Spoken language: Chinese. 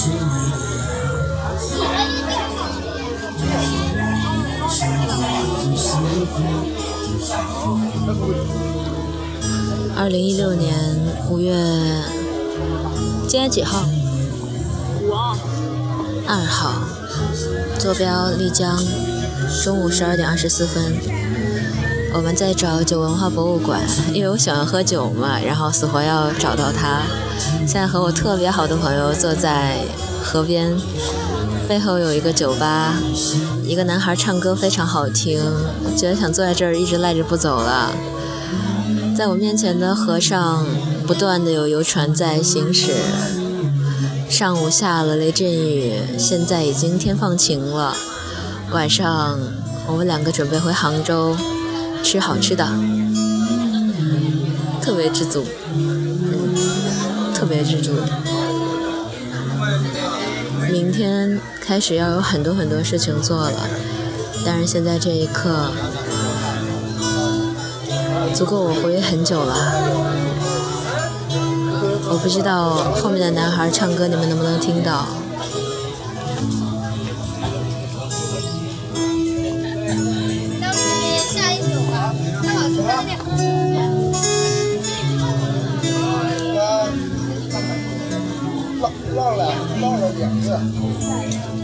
2016年5月，今天几号？2号，坐标丽江，中午12点24分。我们在找酒文化博物馆，因为我喜欢喝酒嘛，然后死活要找到它。现在和我特别好的朋友坐在河边，背后有一个酒吧，一个男孩唱歌非常好听，我觉得想坐在这儿一直赖着不走了。在我面前的河上不断的有游船在行驶，上午下了雷阵雨，现在已经天放晴了。晚上我们2个准备回杭州吃好吃的，特别知足，特别知足。明天开始要有很多很多事情做了，但是现在这一刻足够我活跃很久了。我不知道后面的男孩唱歌你们能不能听到。 下一首吧，那我去当面。 浪了2个。